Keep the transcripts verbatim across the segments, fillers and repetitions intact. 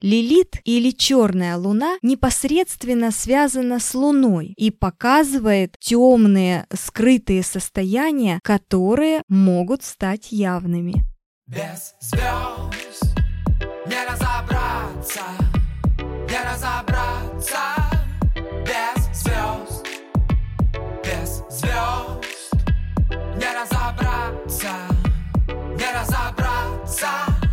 Лилит или черная луна непосредственно связана с Луной и показывает темные скрытые состояния, которые могут стать явными. Без звезд не разобраться, не разобраться. Без звезд, без звезд не разобраться, не разобраться.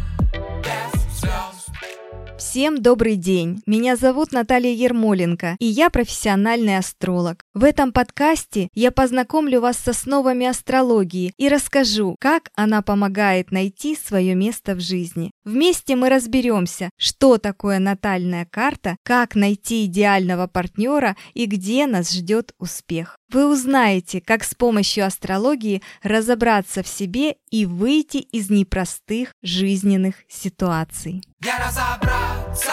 Без звезд. Всем добрый день! Меня зовут Наталья Ермоленко, и я профессиональный астролог. В этом подкасте я познакомлю вас с основами астрологии и расскажу, как она помогает найти свое место в жизни. Вместе мы разберемся, что такое натальная карта, как найти идеального партнера и где нас ждет успех. Вы узнаете, как с помощью астрологии разобраться в себе и выйти из непростых жизненных ситуаций. Не разобраться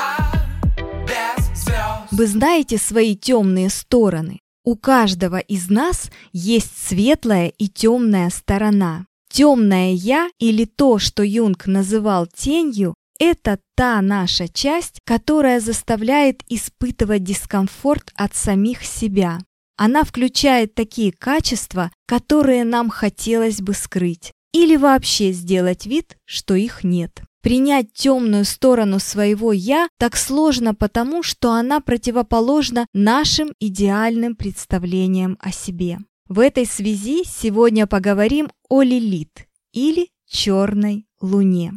без звезд. Вы знаете свои темные стороны. У каждого из нас есть светлая и темная сторона. Темное «я» или то, что Юнг называл тенью, это та наша часть, которая заставляет испытывать дискомфорт от самих себя. Она включает такие качества, которые нам хотелось бы скрыть, или вообще сделать вид, что их нет. Принять темную сторону своего «я» так сложно потому, что она противоположна нашим идеальным представлениям о себе. В этой связи сегодня поговорим о Лилит или черной луне.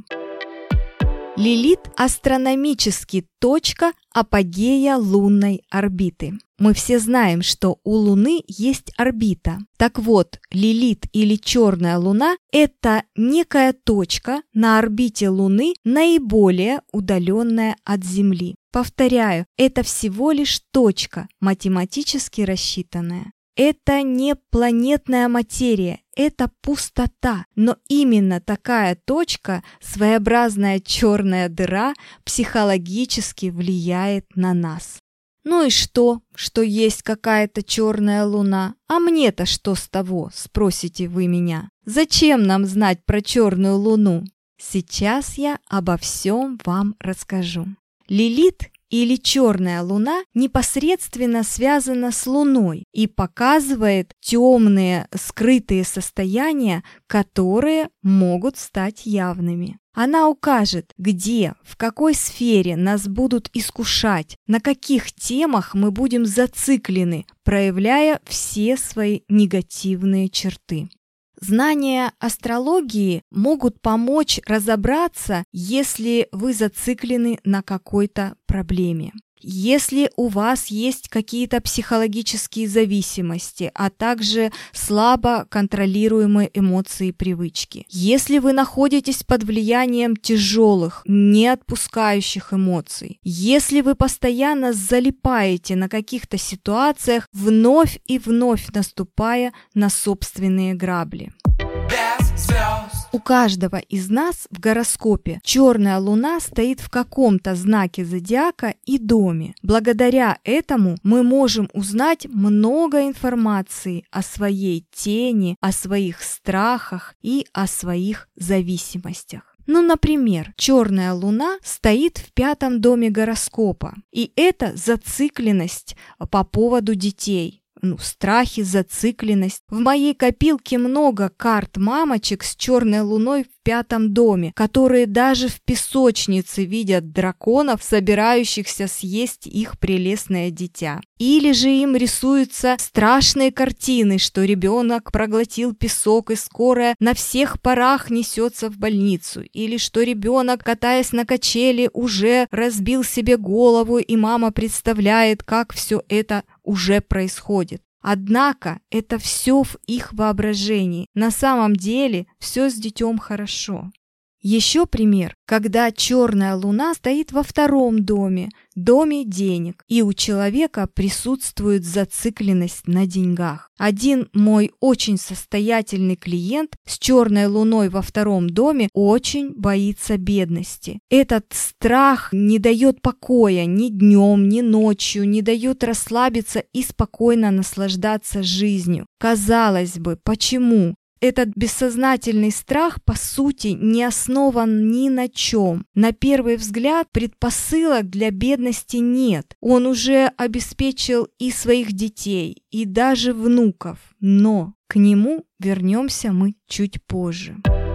Лилит – астрономически точка апогея лунной орбиты. Мы все знаем, что у Луны есть орбита. Так вот, Лилит или черная луна – это некая точка на орбите Луны, наиболее удаленная от Земли. Повторяю, это всего лишь точка, математически рассчитанная. Это не планетная материя, это пустота. Но именно такая точка, своеобразная черная дыра, психологически влияет на нас. Ну и что, что есть какая-то черная луна? А мне-то что с того, спросите вы меня? Зачем нам знать про черную луну? Сейчас я обо всем вам расскажу. Лилит или черная луна непосредственно связана с Луной и показывает темные скрытые состояния, которые могут стать явными. Она укажет, где, в какой сфере нас будут искушать, на каких темах мы будем зациклены, проявляя все свои негативные черты. Знания астрологии могут помочь разобраться, если вы зациклены на какой-то проблеме. Если у вас есть какие-то психологические зависимости, а также слабо контролируемые эмоции и привычки. Если вы находитесь под влиянием тяжелых, не отпускающих эмоций. Если вы постоянно залипаете на каких-то ситуациях, вновь и вновь наступая на собственные грабли. У каждого из нас в гороскопе черная луна стоит в каком-то знаке зодиака и доме. Благодаря этому мы можем узнать много информации о своей тени, о своих страхах и о своих зависимостях. Ну, например, черная луна стоит в пятом доме гороскопа, и это зацикленность по поводу детей. Ну, страхи, зацикленность. В моей копилке много карт мамочек с черной луной в пятом доме, которые даже в песочнице видят драконов, собирающихся съесть их прелестное дитя. Или же им рисуются страшные картины, что ребенок проглотил песок и скоро на всех парах несется в больницу. Или что ребенок, катаясь на качели, уже разбил себе голову, и мама представляет, как все это уже происходит. Однако это все в их воображении. На самом деле все с детем хорошо. Еще пример, когда черная луна стоит во втором доме, доме денег, и у человека присутствует зацикленность на деньгах. Один мой очень состоятельный клиент с черной луной во втором доме очень боится бедности. Этот страх не дает покоя ни днем, ни ночью, не дает расслабиться и спокойно наслаждаться жизнью. Казалось бы, почему? Этот бессознательный страх, по сути, не основан ни на чем. На первый взгляд предпосылок для бедности нет. Он уже обеспечил и своих детей, и даже внуков. Но к нему вернемся мы чуть позже.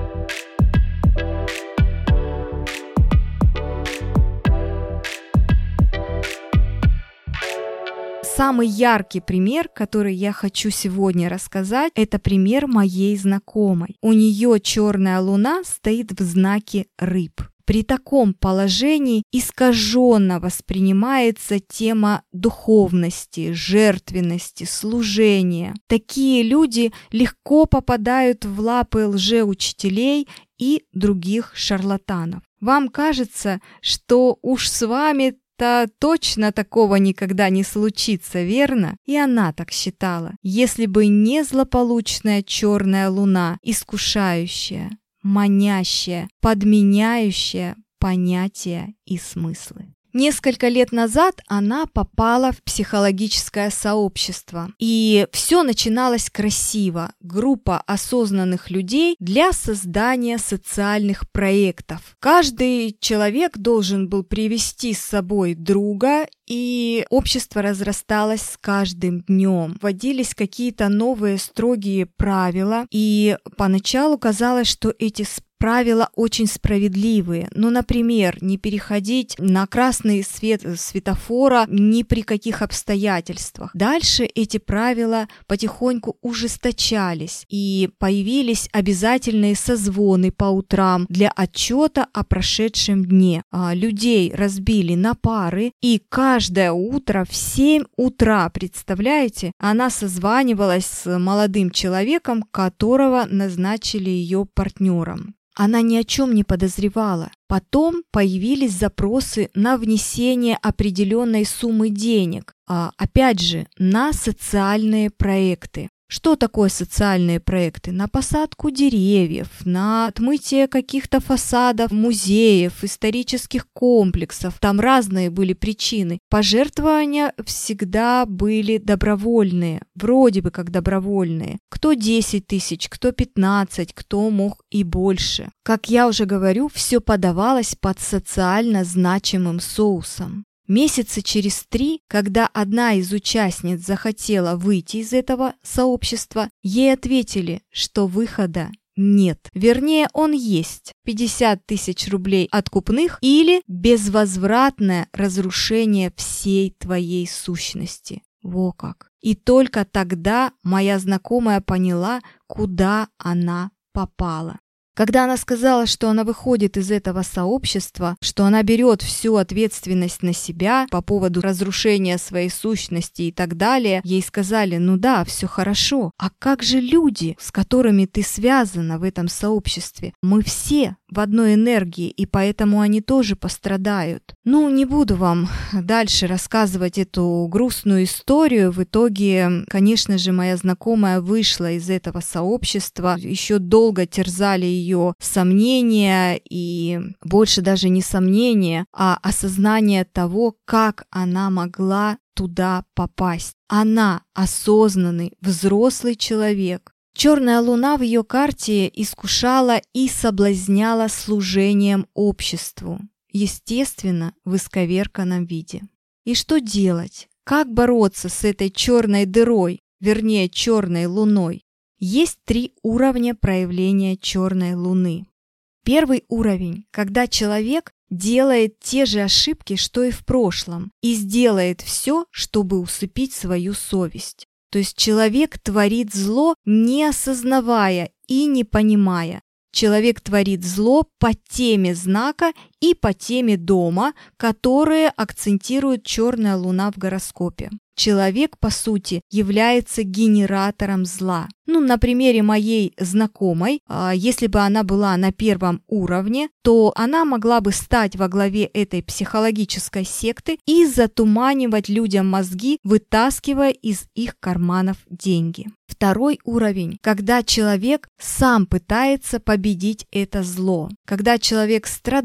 Самый яркий пример, который я хочу сегодня рассказать, это пример моей знакомой. У нее черная луна стоит в знаке рыб. При таком положении искаженно воспринимается тема духовности, жертвенности, служения. Такие люди легко попадают в лапы лжеучителей и других шарлатанов. Вам кажется, что уж с вами то точно такого никогда не случится, верно? И она так считала, если бы не злополучная черная луна, искушающая, манящая, подменяющая понятия и смыслы. Несколько лет назад она попала в психологическое сообщество, и все начиналось красиво. Группа осознанных людей для создания социальных проектов. Каждый человек должен был привести с собой друга, и общество разрасталось с каждым днем. Вводились какие-то новые строгие правила, и поначалу казалось, что эти правила очень справедливые. Ну, например, не переходить на красный свет светофора ни при каких обстоятельствах. Дальше эти правила потихоньку ужесточались, и появились обязательные созвоны по утрам для отчета о прошедшем дне. А, людей разбили на пары, и каждое утро в семь утра, представляете, она созванивалась с молодым человеком, которого назначили ее партнером. Она ни о чем не подозревала. Потом появились запросы на внесение определенной суммы денег, а, опять же, на социальные проекты. Что такое социальные проекты? На посадку деревьев, на отмытие каких-то фасадов музеев, исторических комплексов. Там разные были причины. Пожертвования всегда были добровольные, вроде бы как добровольные. Кто десять тысяч, кто пятнадцать, кто мог и больше. Как я уже говорю, все подавалось под социально значимым соусом. Месяца через три, когда одна из участниц захотела выйти из этого сообщества, ей ответили, что выхода нет. Вернее, он есть. пятьдесят тысяч рублей откупных или безвозвратное разрушение всей твоей сущности. Во как. И только тогда моя знакомая поняла, куда она попала. Когда она сказала, что она выходит из этого сообщества, что она берет всю ответственность на себя по поводу разрушения своей сущности и так далее, ей сказали: ну да, все хорошо, а как же люди, с которыми ты связана в этом сообществе? Мы все в одной энергии, и поэтому они тоже пострадают. Ну, не буду вам дальше рассказывать эту грустную историю. В итоге, конечно же, моя знакомая вышла из этого сообщества. Еще долго терзали ее сомнения, и больше даже не сомнения, а осознание того, как она могла туда попасть. Она осознанный, взрослый человек. Черная луна в ее карте искушала и соблазняла служением обществу, естественно, в исковерканном виде. И что делать? Как бороться с этой черной дырой, вернее, черной луной? Есть три уровня проявления черной луны. Первый уровень, когда человек делает те же ошибки, что и в прошлом, и сделает все, чтобы усыпить свою совесть. То есть человек творит зло, не осознавая и не понимая. Человек творит зло по теме знака и по теме дома, которые акцентирует черная луна в гороскопе. Человек, по сути, является генератором зла. Ну, на примере моей знакомой, если бы она была на первом уровне, то она могла бы стать во главе этой психологической секты и затуманивать людям мозги, вытаскивая из их карманов деньги. Второй уровень, когда человек сам пытается победить это зло, когда человек страдает,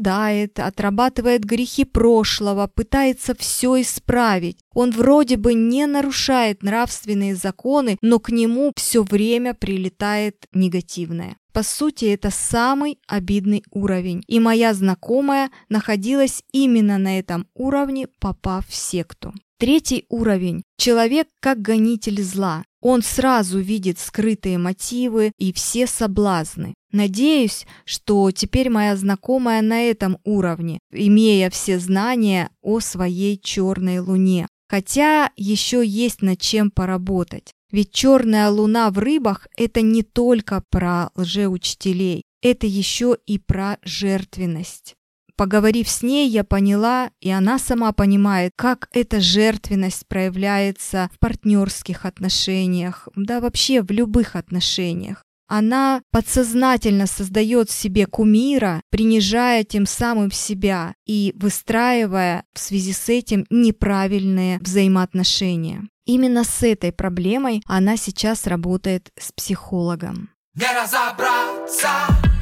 думает, отрабатывает грехи прошлого, пытается все исправить. Он вроде бы не нарушает нравственные законы, но к нему все время прилетает негативное. По сути, это самый обидный уровень, и моя знакомая находилась именно на этом уровне, попав в секту. Третий уровень. Человек как гонитель зла. Он сразу видит скрытые мотивы и все соблазны. Надеюсь, что теперь моя знакомая на этом уровне, имея все знания о своей черной луне. Хотя еще есть над чем поработать. Ведь черная луна в рыбах – это не только про лжеучителей, это еще и про жертвенность. Поговорив с ней, я поняла, и она сама понимает, как эта жертвенность проявляется в партнерских отношениях, да вообще в любых отношениях. Она подсознательно создает себе кумира, принижая тем самым себя и выстраивая в связи с этим неправильные взаимоотношения. Именно с этой проблемой она сейчас работает с психологом. Не разобраться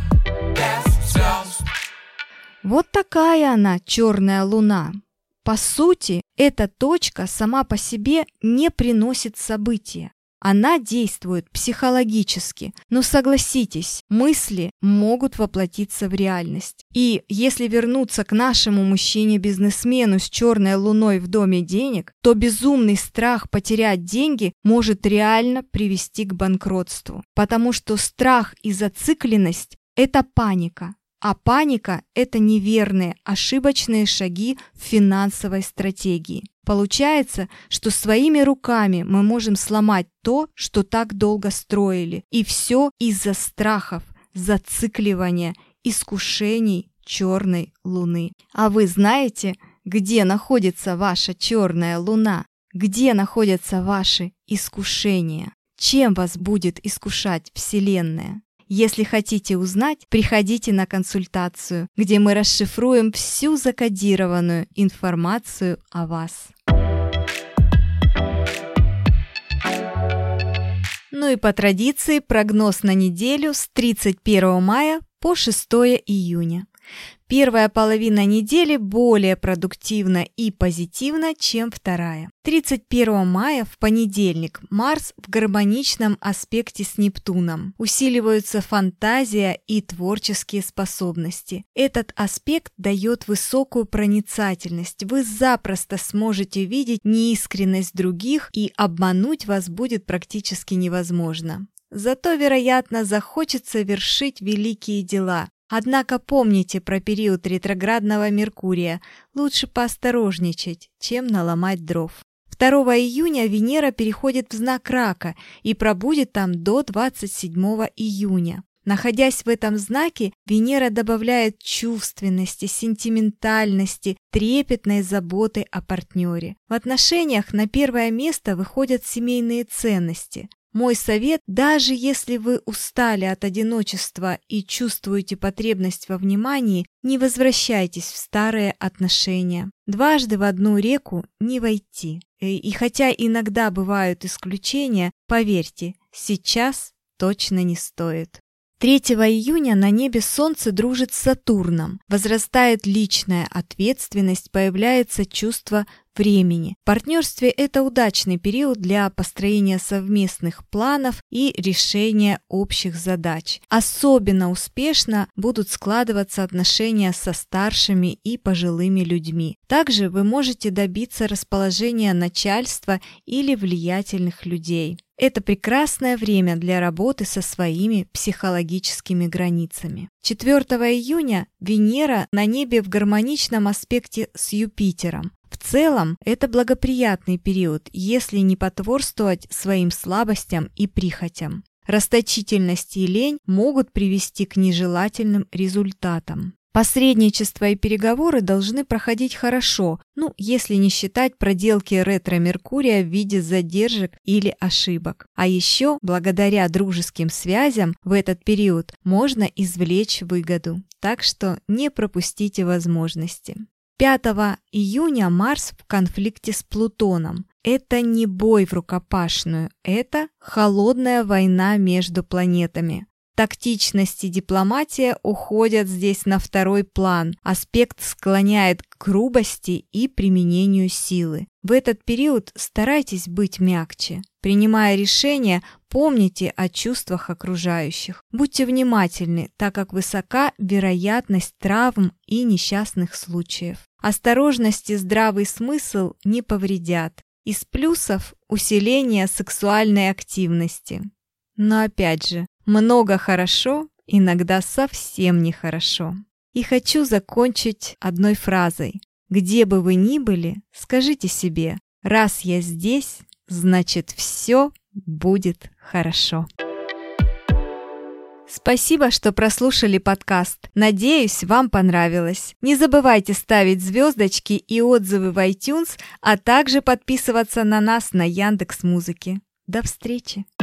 без звезд. Вот такая она, черная луна. По сути, эта точка сама по себе не приносит события. Она действует психологически, но согласитесь, мысли могут воплотиться в реальность. И если вернуться к нашему мужчине-бизнесмену с черной луной в доме денег, то безумный страх потерять деньги может реально привести к банкротству. Потому что страх и зацикленность – это паника. А паника – это неверные, ошибочные шаги в финансовой стратегии. Получается, что своими руками мы можем сломать то, что так долго строили. И все из-за страхов, зацикливания, искушений черной луны. А вы знаете, где находится ваша черная луна? Где находятся ваши искушения? Чем вас будет искушать Вселенная? Если хотите узнать, приходите на консультацию, где мы расшифруем всю закодированную информацию о вас. Ну и по традиции прогноз на неделю с тридцать первого мая по шестого июня. Первая половина недели более продуктивна и позитивна, чем вторая. тридцать первого мая в понедельник Марс в гармоничном аспекте с Нептуном. Усиливаются фантазия и творческие способности. Этот аспект дает высокую проницательность. Вы запросто сможете видеть неискренность других, и обмануть вас будет практически невозможно. Зато, вероятно, захочется вершить великие дела. Однако помните про период ретроградного Меркурия, лучше поосторожничать, чем наломать дров. второго июня Венера переходит в знак Рака и пробудет там до двадцать седьмого июня. Находясь в этом знаке, Венера добавляет чувственности, сентиментальности, трепетной заботы о партнере. В отношениях на первое место выходят семейные ценности. Мой совет, даже если вы устали от одиночества и чувствуете потребность во внимании, не возвращайтесь в старые отношения. Дважды в одну реку не войти. И хотя иногда бывают исключения, поверьте, сейчас точно не стоит. третьего июня на небе Солнце дружит с Сатурном. Возрастает личная ответственность, появляется чувство времени. В партнерстве это удачный период для построения совместных планов и решения общих задач. Особенно успешно будут складываться отношения со старшими и пожилыми людьми. Также вы можете добиться расположения начальства или влиятельных людей. Это прекрасное время для работы со своими психологическими границами. четвёртого июня Венера на небе в гармоничном аспекте с Юпитером. В целом, это благоприятный период, если не потворствовать своим слабостям и прихотям. Расточительность и лень могут привести к нежелательным результатам. Посредничество и переговоры должны проходить хорошо, ну, если не считать проделки ретро-Меркурия в виде задержек или ошибок. А еще, благодаря дружеским связям, в этот период можно извлечь выгоду. Так что не пропустите возможности. пятого июня Марс в конфликте с Плутоном. Это не бой в рукопашную, это холодная война между планетами. Тактичность и дипломатия уходят здесь на второй план. Аспект склоняет к грубости и применению силы. В этот период старайтесь быть мягче. Принимая решения, помните о чувствах окружающих. Будьте внимательны, так как высока вероятность травм и несчастных случаев. Осторожность и здравый смысл не повредят. Из плюсов – усиление сексуальной активности. Но опять же, много хорошо, иногда совсем нехорошо. И хочу закончить одной фразой. Где бы вы ни были, скажите себе: раз я здесь, значит все будет хорошо. Спасибо, что прослушали подкаст. Надеюсь, вам понравилось. Не забывайте ставить звездочки и отзывы в iTunes, а также подписываться на нас на Яндекс.Музыке. До встречи!